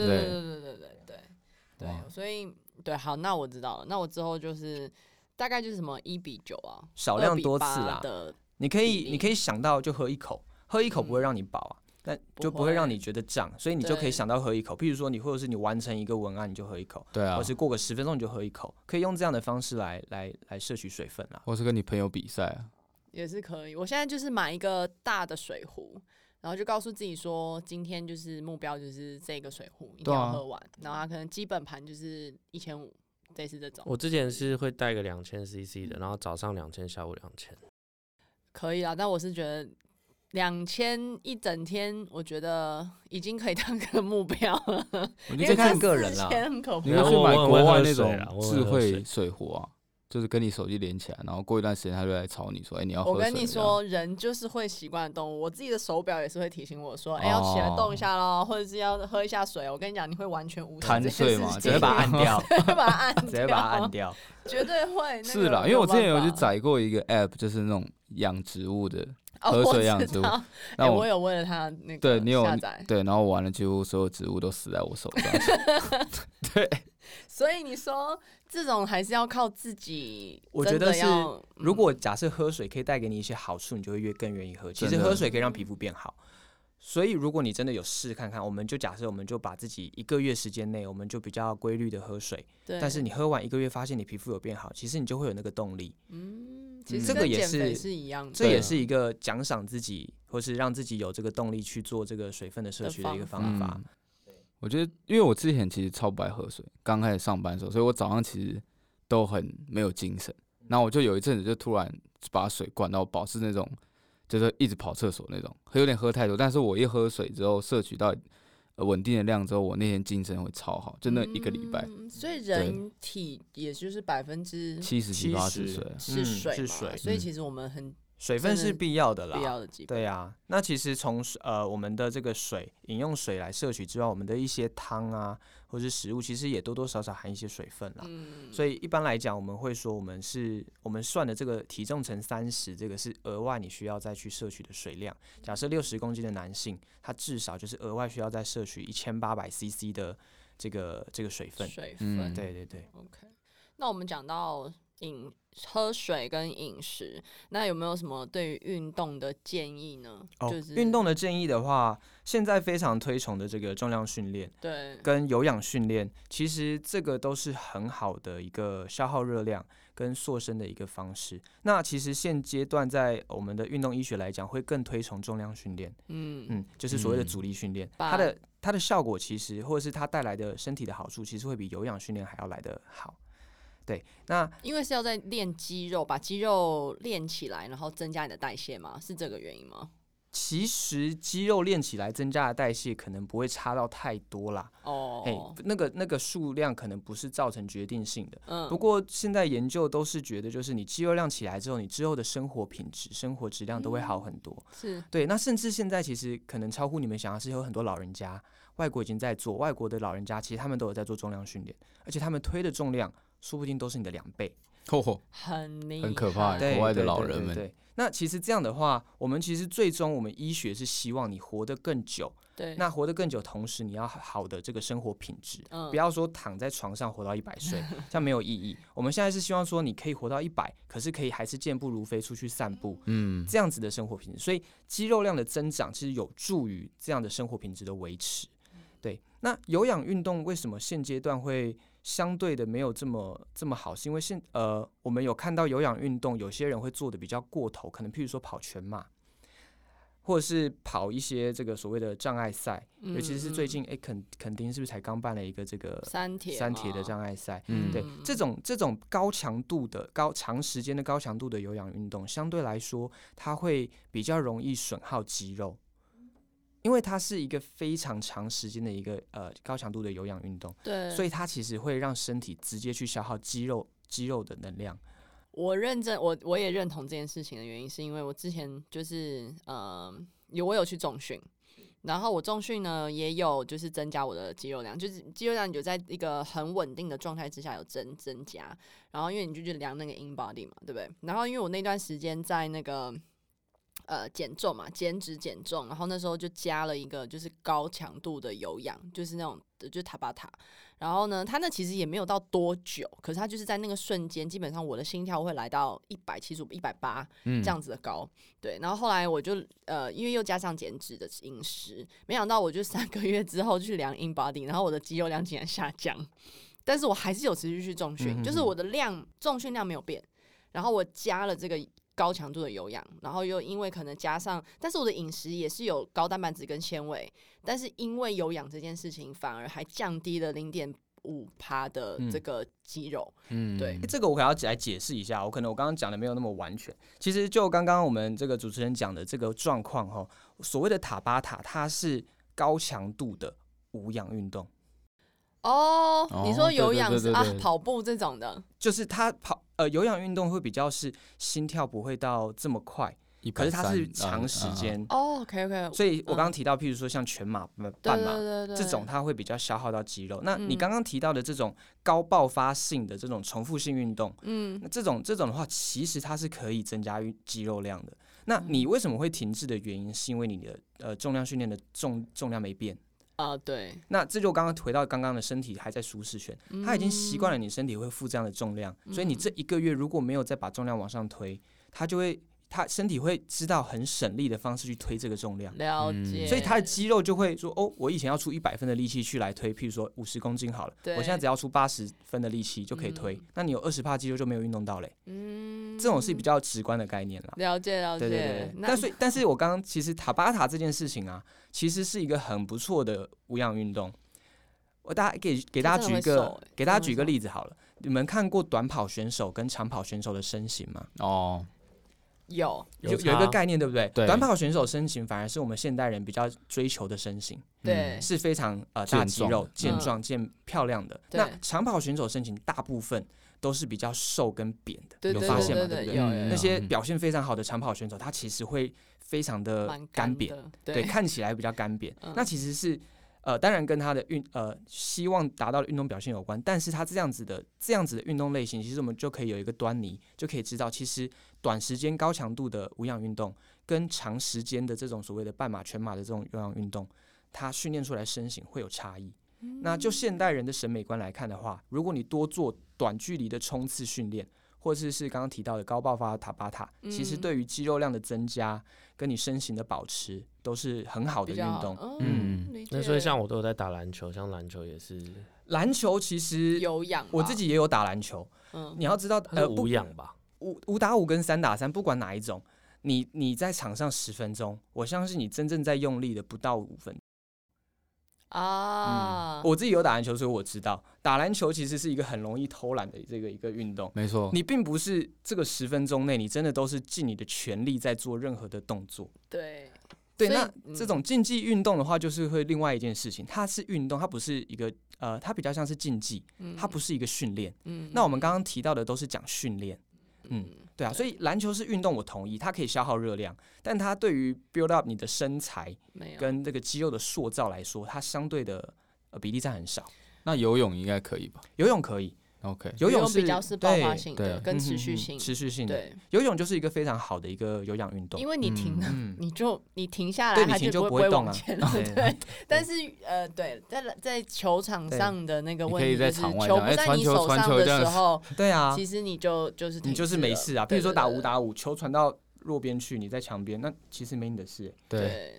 对，所以对，好，那我知道了。那我之后就是大概就是什么1:9啊， 少量多次啦。你可以想到就喝一口，喝一口不会让你饱啊，但就不会让你觉得胀，所以你就可以想到喝一口。譬如说或者是你完成一个文案，你就喝一口， 对啊， 或是过个10分钟你就喝一口，可以用这样的方式来摄取水分啦。 或是跟你朋友比赛啊， 也是可以。我现在就是买一个大的水壶。然后就告诉自己说，今天就是目标就是这个水壶一定要喝完，然后它可能基本盘就是1500，类似这种。 我之前是会带个2000cc 的，然后早上2000，下午2000。 可以啦，但我是觉得2000一整天，我觉得已经可以当个目标了。 我觉得看个人啦， 很可怕。 你可以去买国外那种智慧水壶啊。就是跟你手机连起来，然后过一段时间他就来吵你说：“你要喝水。” 我跟你说，人就是会习惯的动物。我自己的手表也是会提醒我说：“要起来动一下咯，或者是要喝一下水。”我跟你讲，你会完全无视贪睡嘛， 直接把它按掉， 直接把它按掉， 绝对会。 是啦，因为我之前有去载过一个 app， 就是那种养植物的喝水养植物。 那我有为了它那个对你有下载， 对，然后玩了几乎所有植物都死在我手上。对。 所以你说这种还是要靠自己， 我觉得是，如果假设喝水可以带给你一些好处，你就会更愿意喝。其实喝水可以让皮肤变好，所以如果你真的有试看看，我们就假设我们就把自己1个月时间内，我们就比较规律的喝水，但是你喝完1个月发现你皮肤有变好，其实你就会有那个动力。 其实这个也是一样的， 这也是一个奖赏自己，或是让自己有这个动力去做这个水分的摄取的一个方法。 我觉得，因为我之前其实超不爱喝水，刚开始上班的时候，所以我早上其实都很没有精神。然后我就有一阵子就突然把水灌到饱，是那种就是一直跑厕所那种，有点喝太多。但是我一喝水之后，摄取到稳定的量之后，我那天精神会超好，就那1个礼拜。 所以人体也就是 70%几80% 是水嘛，所以其实我们水分是必要的啦， 必要的基本。 对啊，那其实从我们的这个饮用水来摄取之外，我们的一些汤啊，或是食物，其实也多多少少含一些水分啦。所以一般来讲，我们会说我们算的这个体重乘30，这个是额外你需要再去摄取的水量。假设60公斤的男性，他至少就是额外需要再摄取1800cc 的这个水分。 水分， 对对对。 OK， 那我们讲到喝水跟饮食，那有没有什么对于运动的建议呢？就是运动的建议的话，现在非常推崇的这个重量训练， 对， 跟有氧训练，其实这个都是很好的一个消耗热量跟塑身的一个方式。那其实现阶段在我们的运动医学来讲，会更推崇重量训练，就是所谓的阻力训练，它的效果其实或者是它带来的身体的好处，其实会比有氧训练还要来得好。对，那因为是要在练肌肉，把肌肉练起来，然后增加你的代谢吗？是这个原因吗？ 其实肌肉练起来增加的代谢可能不会差到太多啦。那个数量可能不是造成决定性的。不过现在研究都是觉得，就是你肌肉量起来之后，你之后的生活品质、生活质量都会好很多。 是对，那甚至现在其实可能超乎你们想象，是有很多老人家，外国已经在做，外国的老人家其实他们都有在做重量训练，而且他们推的重量说不定都是你的2倍。 很可怕，国外的老人们。 对，那其实这样的话，我们其实最终我们医学是希望你活得更久。 对， 那活得更久，同时你要好的这个生活品质，不要说躺在床上活到100岁，这样没有意义。我们现在是希望说你可以活到100，可是可以还是健步如飞出去散步，这样子的生活品质。所以肌肉量的增长其实有助于这样的生活品质的维持。对，那有氧运动为什么现阶段会相对的没有这么好？是因为我们有看到有氧运动，有些人会做的比较过头，可能譬如说跑全马，或者是跑一些这个所谓的障碍赛，尤其是最近垦丁是不是才刚办了一个这个三铁的障碍赛？对，这种高强度的长时间的高强度的有氧运动，相对来说它会比较容易损耗肌肉。因为它是一个非常长时间的一个高强度的有氧运动， 对， 所以它其实会让身体直接去消耗肌肉的能量。 我也认同这件事情的原因，是因为我之前就是我有去重训，然后我重训呢也有就是增加我的肌肉量，就是肌肉量有在一个很稳定的状态之下有增加，然后因为你就去量那个 in body 嘛，对不对？然后因为我那段时间在那个减重嘛，减脂减重，然后那时候就加了一个就是高强度的有氧，就是那种就是塔巴塔。然后呢，它那其实也没有到多久，可是它就是在那个瞬间，基本上我的心跳会来到175、180这样子的高。对，然后后来我就因为又加上减脂的饮食，没想到我就3个月之后去量 in body， 然后我的肌肉量竟然下降，但是我还是有持续去重训，就是我的重训量没有变，然后我加了这个高强度的有氧，然后又因为可能加上，但是我的饮食也是有高蛋白质跟纤维，但是因为有氧这件事情，反而还降低了0.5% 的这个肌肉。对， 这个我可能要来解释一下，我刚刚讲的没有那么完全。其实就刚刚我们这个主持人讲的这个状况所谓的塔巴塔，它是高强度的无氧运动。 你说有氧对跑步这种的， 就是它有氧运动会比较是心跳不会到这么快，可是它是长时间。 OK， 所以我刚刚提到，譬如说像全马、半马这种，它会比较消耗到肌肉。那你刚刚提到的这种高爆发性的这种重复性运动，那这种的话，其实它是可以增加肌肉量的。那你为什么会停滞的原因，是因为你的重量训练的重量没变。 对， 那这就刚刚回到刚刚的身体还在舒适圈，他已经习惯了你身体会负这样的重量，所以你这1个月如果没有再把重量往上推，他身体会知道很省力的方式去推这个重量， 了解。 所以他的肌肉就会说，我以前要出100分的力气去来推，譬如说50公斤好了，我现在只要出80分的力气就可以推，那你有20%肌肉就没有运动到嘞。这种是比较直观的概念啦。 了解。 对。但是我刚刚其实塔巴塔这件事情啊，其实是一个很不错的无氧运动。给大家举一个例子好了，你们看过短跑选手跟长跑选手的身形吗？有一个概念，对不对？短跑选手身形反而是我们现代人比较追求的身形， 对， 是非常大肌肉、健壮、漂亮的。那长跑选手身形大部分都是比较瘦跟扁的，有发现吗？对不对？那些表现非常好的长跑选手，他其实会非常的干瘪，对，看起来比较干瘪。那其实是当然跟他的希望达到的运动表现有关，但是他这样子的运动类型，其实我们就可以有一个端倪，就可以知道，其实短时间高强度的无氧运动跟长时间的这种所谓的半马、全马的这种有氧运动，它训练出来身形会有差异。那就现代人的审美观来看的话，如果你多做短距离的冲刺训练， 或者是刚刚提到的高爆发塔巴塔，其实对于肌肉量的增加跟你身形的保持都是很好的运动。 那所以像我都有在打篮球，像篮球也是。 篮球其实有氧， 我自己也有打篮球。你要知道， 无氧吧 ，5打5跟3打3，不管哪一种，你在场上10分钟，我相信你真正在用力的不到5分钟。我自己有打篮球，所以我知道打篮球其实是一个很容易偷懒的一个运动。 没错， 你并不是这个10分钟内，你真的都是尽你的全力在做任何的动作。 对， 那这种竞技运动的话，就是会另外一件事情，它是运动，它不是一个它比较像是竞技，它不是一个训练。那我们刚刚提到的都是讲训练。对啊，所以篮球是运动，我同意，它可以消耗热量，但它对于 build up 你的身材跟这个肌肉的塑造来说，它相对的比例占很少。 那游泳应该可以吧？ 游泳可以。 OK， 游泳比较是爆发性的，跟持续性的。游泳就是一个非常好的一个有氧运动， 因为你停了，你停下来，它就不会往前了。对，但是对，在球场上的那个问题就是球不在你手上的时候， 对啊， 其实你就是没事啊。比如说打5打5，球传到弱边去，你在墙边，那其实没你的事。 对。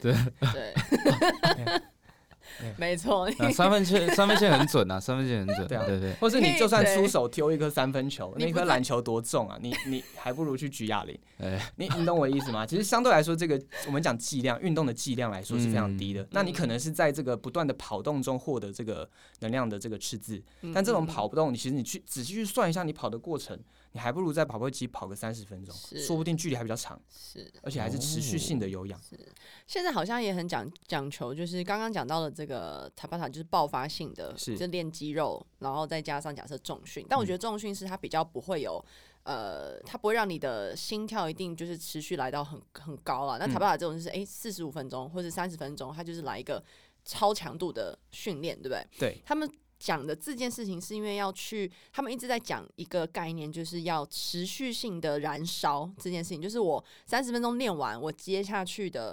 没错， 三分线很准啊，3分线很准。 对啊，对。或是你就算出手丢一颗3分球，那颗篮球多重啊？你还不如去举哑铃。你懂我的意思吗？其实相对来说，这个我们讲剂量，运动的剂量来说是非常低的。那你可能是在这个不断的跑动中获得这个能量的这个赤字，但这种跑不动，其实你去仔细去算一下你跑的过程，你还不如在跑步机跑个30分钟，说不定距离还比较长，而且还是持续性的有氧。 现在好像也很讲求，就是刚刚讲到的这个塔巴塔，就是爆发性的，就练肌肉，然后再加上假设重训。但我觉得重训是它比较不会有，它不会让你的心跳一定就是持续来到很高了。那塔巴塔这种就是45分钟或者30分钟，它就是来一个超强度的训练，对不对？ 对， 他们讲的这件事情是因为他们一直在讲一个概念，就是要持续性的燃烧这件事情，就是我30分钟练完，我接下去的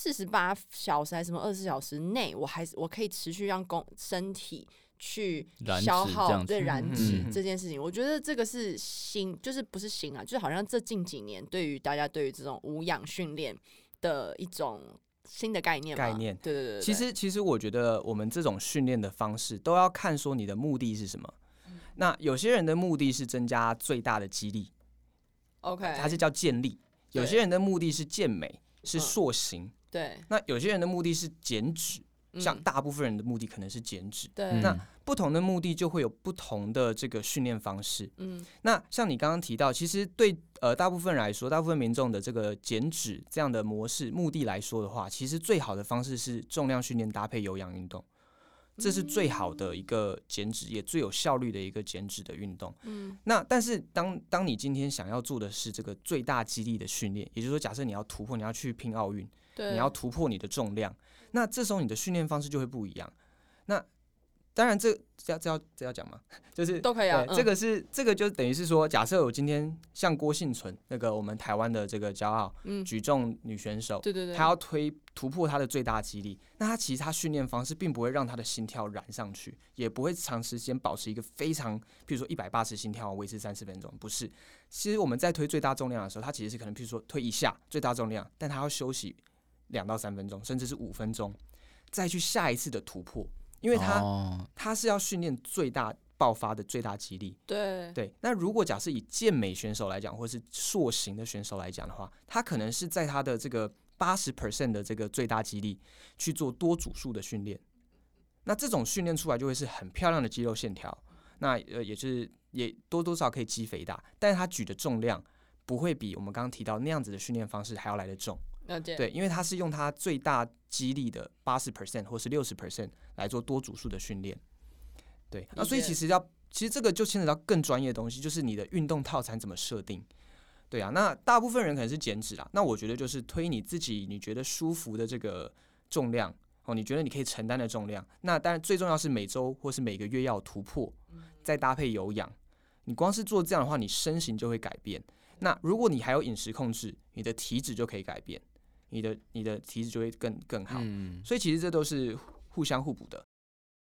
48小时还是什么24小时内，我可以持续让身体去消耗燃脂这件事情。我觉得这个是就是不是新啊，就是好像这近几年大家对于这种无氧训练的一种新的概念。对。 其实我觉得我们这种训练的方式都要看说你的目的是什么。那有些人的目的是增加最大的肌力 ，OK， 它是叫健力；有些人的目的是健美，是塑形。 对， 那有些人的目的是减脂，像大部分人的目的可能是减脂。 对， 那不同的目的就会有不同的这个训练方式。那像你刚刚提到，其实对大部分人来说，大部分民众的这个减脂这样的模式目的来说的话，其实最好的方式是重量训练搭配有氧运动。这是最好的一个减脂，也最有效率的一个减脂的运动。那但是当你今天想要做的是这个最大肌力的训练，也就是说，假设你要突破，你要去拼奥运，你要突破你的重量，那这时候你的训练方式就会不一样。那当然这要讲吗？就是都可以啊。 这个就等于是说，假设我今天像郭婞淳那个我们台湾的这个骄傲，举重女选手， 对， 她要突破她的最大肌力，那她其实她训练方式并不会让她的心跳燃上去，也不会长时间保持一个非常，譬如说180心跳维持30分钟，不是。其实我们在推最大重量的时候，它其实是可能譬如说推一下最大重量，但她要休息2到3分钟，甚至是5分钟，再去下一次的突破。因为他是要训练最大爆发的最大肌力。对。那如果假设以健美选手来讲，或是塑形的选手来讲的话，他可能是在他的这个80% 的这个最大肌力去做多组数的训练。那这种训练出来就会是很漂亮的肌肉线条。那也多多少可以肌肥大，但是他举的重量不会比我们刚刚提到那样子的训练方式还要来得重。对，因为他是用他最大肌力的80% 或是60% 来做多组数的训练。对，那所以其实这个就牵扯到更专业的东西，就是你的运动套餐怎么设定。对啊，那大部分人可能是减脂啦，那我觉得就是推你自己你觉得舒服的这个重量你觉得你可以承担的重量。那当然最重要是每周或是每个月要有突破，再搭配有氧。你光是做这样的话，你身形就会改变。那如果你还有饮食控制，你的体脂就可以改变。你的体质就会更好。所以其实这都是互相互补的。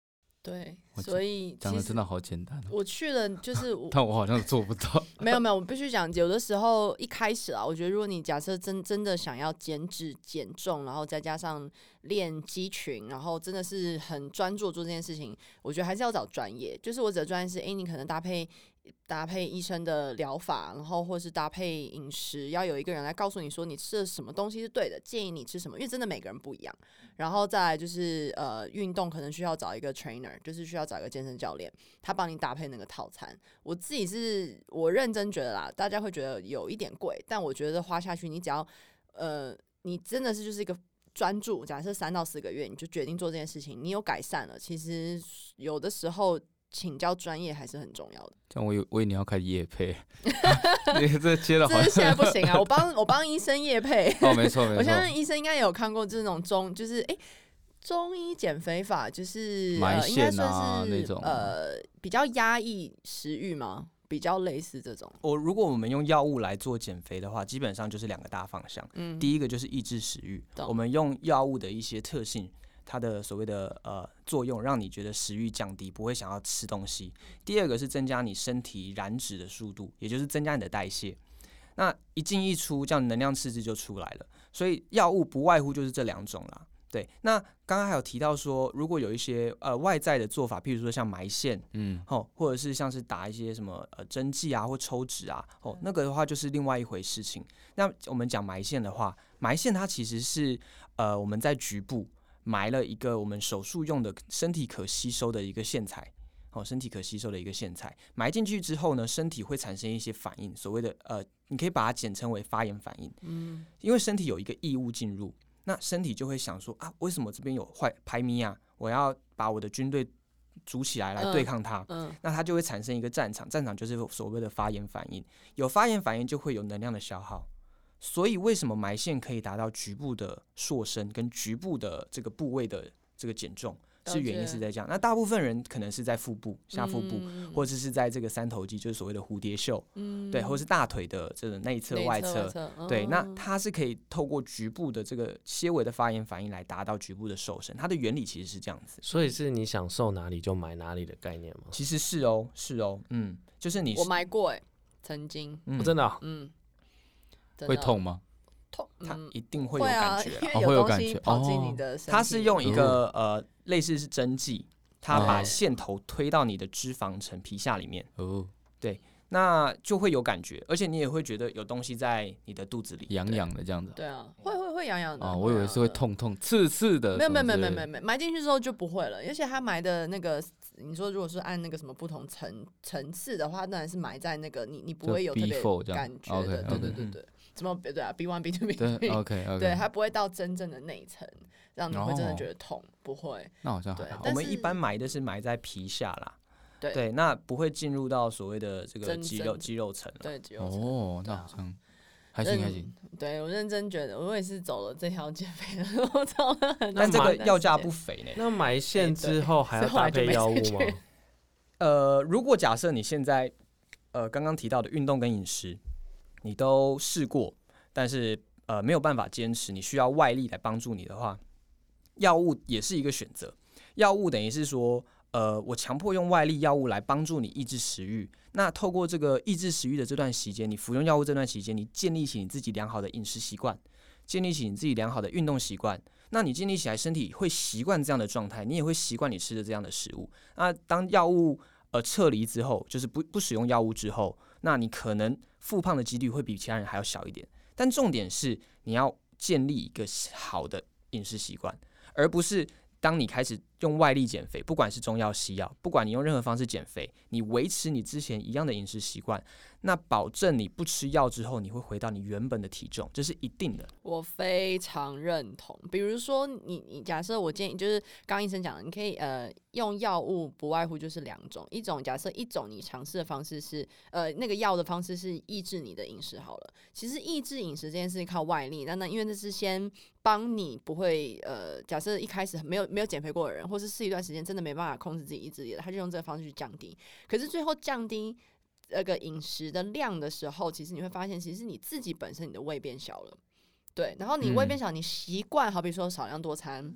对， 我所以讲的真的好简单哦， 我去了，就是但我好像做不到。 没有，我必须讲，有的时候一开始啊，我觉得如果你假设真的想要减脂减重，然后再加上练肌群，然后真的是很专注做这件事情，我觉得还是要找专业。就是我指的专业是，你可能搭配医生的疗法，然后或是搭配饮食，要有一个人来告诉你说你吃的什么东西是对的，建议你吃什么，因为真的每个人不一样。然后再来就是运动可能需要找一个 trainer， 就是需要找一个健身教练，他帮你搭配那个套餐。我自己我认真觉得啦，大家会觉得有一点贵，但我觉得花下去，你只要你真的是就是一个专注，假设3到4个月，你就决定做这件事情，你有改善了，其实有的时候请教专业还是很重要的。 像我以为你要开业配，你这接的好这是现在像不行啊！我帮医生业配。 哦，没错没错。 我相信医生应该也有看过这种就是中医减肥法，就是埋应该线啊算是那种比较压抑食欲吗？比较类似这种。 如果我们用药物来做减肥的话，基本上就是2个大方向。第一个就是抑制食欲，我们用药物的一些特性，它的所谓的作用，让你觉得食欲降低，不会想要吃东西。第二个是增加你身体燃脂的速度，也就是增加你的代谢。那一进一出，这样能量赤字就出来了。所以药物不外乎就是这2种啦。对，那刚刚还有提到说，如果有一些外在的做法，譬如说像埋线，或者是像是打一些什么针剂啊或抽脂啊，那个的话就是另外一回事情。那我们讲埋线的话，埋线它其实是我们在局部埋了一个我们手术用的身体可吸收的一个线材。身体可吸收的一个线材埋进去之后呢，身体会产生一些反应，所谓的你可以把它简称为发炎反应。因为身体有一个异物进入，那身体就会想说啊，为什么这边有排咪啊？我要把我的军队组起来对抗它。那它就会产生一个战场，战场就是所谓的发炎反应。有发炎反应就会有能量的消耗。所以为什么埋线可以达到局部的塑身跟局部的这个部位的这个减重？是原因是在这样，那大部分人可能是在腹部、下腹部，或者是在这个三头肌，就是所谓的蝴蝶袖，对，或是大腿的这个内侧、外侧，对，那它是可以透过局部的这个些微的发炎反应来达到局部的瘦身，它的原理其实是这样子。 所以是你想瘦哪里就买哪里的概念吗？ 其实是哦，就是你我买过曾经， 真的会痛吗？ 它一定会有感觉， 因为有东西跑进你的身体。 它是用一个类似是针剂，它把线头推到你的脂肪层皮下里面。对，那就会有感觉，而且你也会觉得有东西在你的肚子里， 痒痒的这样子。 对啊，会痒痒的。 哦，我以为是会痛刺的。 没有，埋进去之后就不会了，而且它埋的那个，你说如果是按那个什么不同层次的话，当然是埋在那个你不会有特别感觉的。对。什么对啊 B1、B2、B3， OK， 对，它不会到真正的内层，让你会真的觉得痛，不会。 那好像还好。 我们一般埋的是埋在皮下啦， 对， 那不会进入到所谓的这个肌肉层。 对，肌肉层。 哦，那好像还行。 对，我认真觉得，我也是走了这条减肥的路，走了很多。 但这个要价不菲呢。 那埋线之后还要搭配药物吗？ 如果假设你现在刚刚提到的运动跟饮食你都试过，但是没有办法坚持，你需要外力来帮助你的话，药物也是一个选择。药物等于是说，我强迫用外力药物来帮助你抑制食欲。那透过这个抑制食欲的这段期间，你服用药物这段期间，你建立起你自己良好的饮食习惯，建立起你自己良好的运动习惯。那你建立起来，身体会习惯这样的状态，你也会习惯你吃的这样的食物。那当药物撤离之后，就是不使用药物之后，那你可能复胖的几率会比其他人还要小一点。但重点是你要建立一个好的饮食习惯，而不是当你开始用外力减肥，不管是中药西药，不管你用任何方式减肥，你维持你之前一样的饮食习惯，那保证你不吃药之后，你会回到你原本的体重，这是一定的。 我非常认同。比如说你假设我建议就是刚刚医生讲的，你可以用药物不外乎就是2种，一种假设一种你尝试的方式是那个药的方式是抑制你的饮食好了。其实抑制饮食这件事靠外力，那因为那是先帮你不会假设一开始没有减肥过的人，或是试一段时间真的没办法控制自己意志力的，他就用这个方式去降低。可是最后降低那个饮食的量的时候，其实你会发现，其实你自己本身你的胃变小了，对，然后你胃变小，你习惯好比说少量多餐，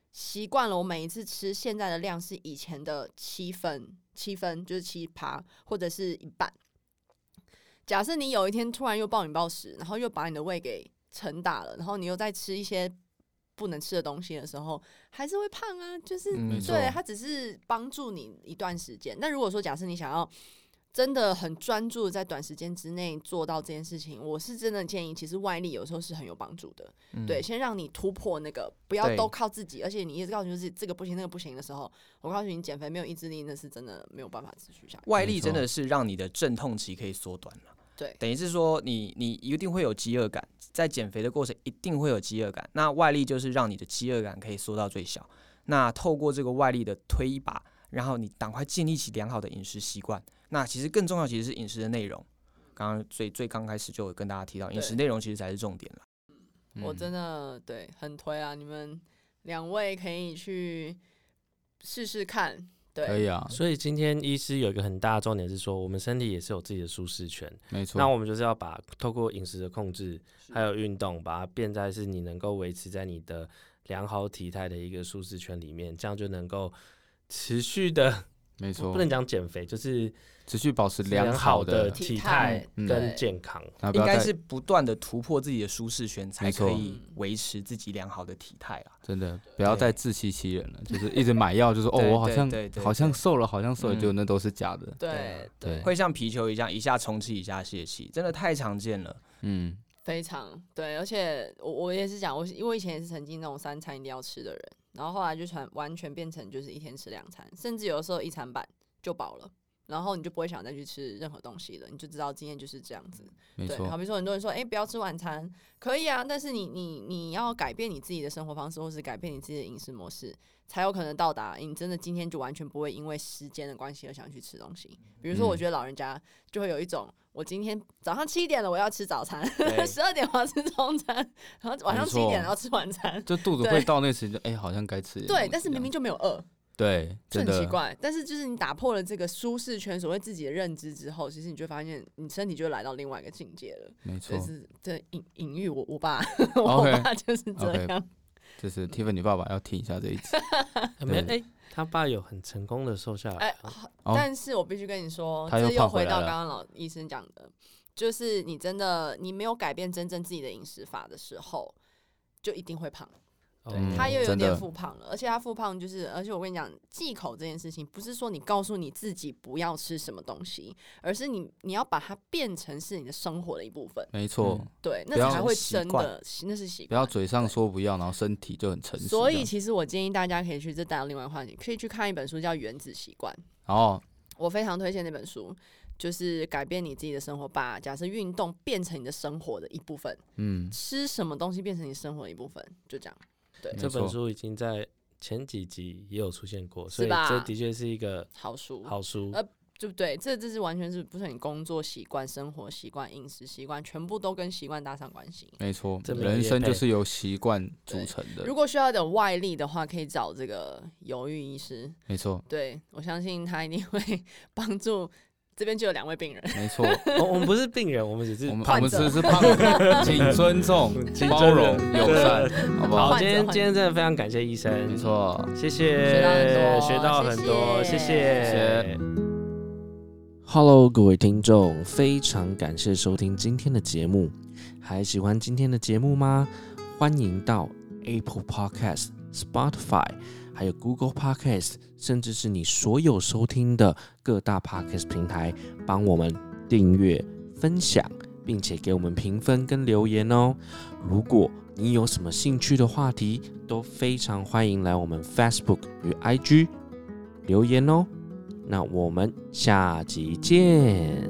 习惯了，我每一次吃现在的量是以前的7分就是7%，或者是1半。假设你有一天突然又暴饮暴食，然后又把你的胃给撑大了，然后你又在吃一些不能吃的东西的时候，还是会胖啊。就是对，它只是帮助你一段时间。但如果说假设你想要真的很专注在短时间之内做到这件事情，我是真的建议，其实外力有时候是很有帮助的。对，先让你突破那个，不要都靠自己，而且你一直告诉自己这个不行那个不行的时候，我告诉你，减肥没有意志力，那是真的没有办法持续下去。 外力真的是让你的阵痛期可以缩短了。 对， 等于是说你一定会有饥饿感，在减肥的过程一定会有饥饿感。那外力就是让你的饥饿感可以缩到最小。那透过这个外力的推一把，然后你赶快建立起良好的饮食习惯。那其实更重要其实是饮食的内容。刚刚最刚开始就有跟大家提到，饮食内容其实才是重点了。 我真的对很推啊，你们2位可以去试试看。对， 可以啊。 所以今天医师有一个很大的重点是说，我们身体也是有自己的舒适圈， 没错。 那我们就是要把透过饮食的控制，还有运动，把它变在是你能够维持在你的良好体态的一个舒适圈里面，这样就能够持续的， 没错， 不能讲减肥，就是持续保持良好的体态跟健康。 应该是不断的突破自己的舒适圈，才可以维持自己良好的体态啊！ 真的不要再自欺欺人了，就是一直买药，就是哦，我好像瘦了，好像瘦了，就那都是假的。 对， 会像皮球一样，一下充气，一下泄气，真的太常见了。 非常对，而且我也是讲，因为以前也是曾经那种3餐一定要吃的人，然后后来就完全变成就是1天吃2餐，甚至有的时候1餐半就饱了。然后你就不会想再去吃任何东西了，你就知道今天就是这样子。对，好比说很多人说，不要吃晚餐，可以啊，但是你要改变你自己的生活方式，或是改变你自己的饮食模式，才有可能到达你真的今天就完全不会因为时间的关系而想去吃东西。比如说，我觉得老人家就会有一种，我今天早上7点了，我要吃早餐，12点我要吃中餐，然后晚上7点要吃晚餐， 就肚子会到那时间，好像该吃。 对，但是明明就没有饿。 对， 很奇怪，但是就是你打破了这个舒适圈，所谓自己的认知之后，其实你就会发现，你身体就会来到另外一个境界了。 没错， 这隐喻我爸，我爸就是这样。 就是 Tiffany 爸爸要听一下这一集。 他爸有很成功的瘦下来， 但是我必须跟你说，这又回到刚刚老医生讲的，就是你真的你没有改变真正自己的饮食法的时候，就一定会胖。对，他又有点复胖了，而且他复胖就是，而且我跟你讲，忌口这件事情，不是说你告诉你自己不要吃什么东西，而是你要把它变成是你的生活的一部分。 没错， 对，那才会真的，那是习惯。 不要嘴上说不要，然后身体就很诚实。 所以其实我建议大家可以去，这带到另外一个话题，可以去看一本书叫《原子习惯》。我非常推荐那本书。就是改变你自己的生活，把假设运动变成你的生活的一部分，吃什么东西变成你生活的一部分，就这样。对， 这本书已经在前几集也有出现过，所以这的确是一个好书。对不对？这是完全是不是你工作习惯、生活习惯、饮食习惯，全部都跟习惯搭上关系。 没错，人生就是由习惯组成的。 如果需要一点外力的话，可以找这个犹豫医师。 没错， 对，我相信他一定会帮助。这边就有2位病人， 没错， 我们不是病人，我们只是我们只是胖人，请尊重、包容、友善，好不好？ 今天真的非常感谢医生， 没错， 谢谢，学到很多，谢谢。 Hello， 各位听众，非常感谢收听今天的节目，还喜欢今天的节目吗？欢迎到 Apple Podcast、Spotify。还有 Google Podcast， 甚至是你所有收听的各大 Podcast 平台，帮我们订阅、分享，并且给我们评分跟留言哦。如果你有什么兴趣的话题，都非常欢迎来我们 Facebook 与 IG 留言哦。那我们下集见。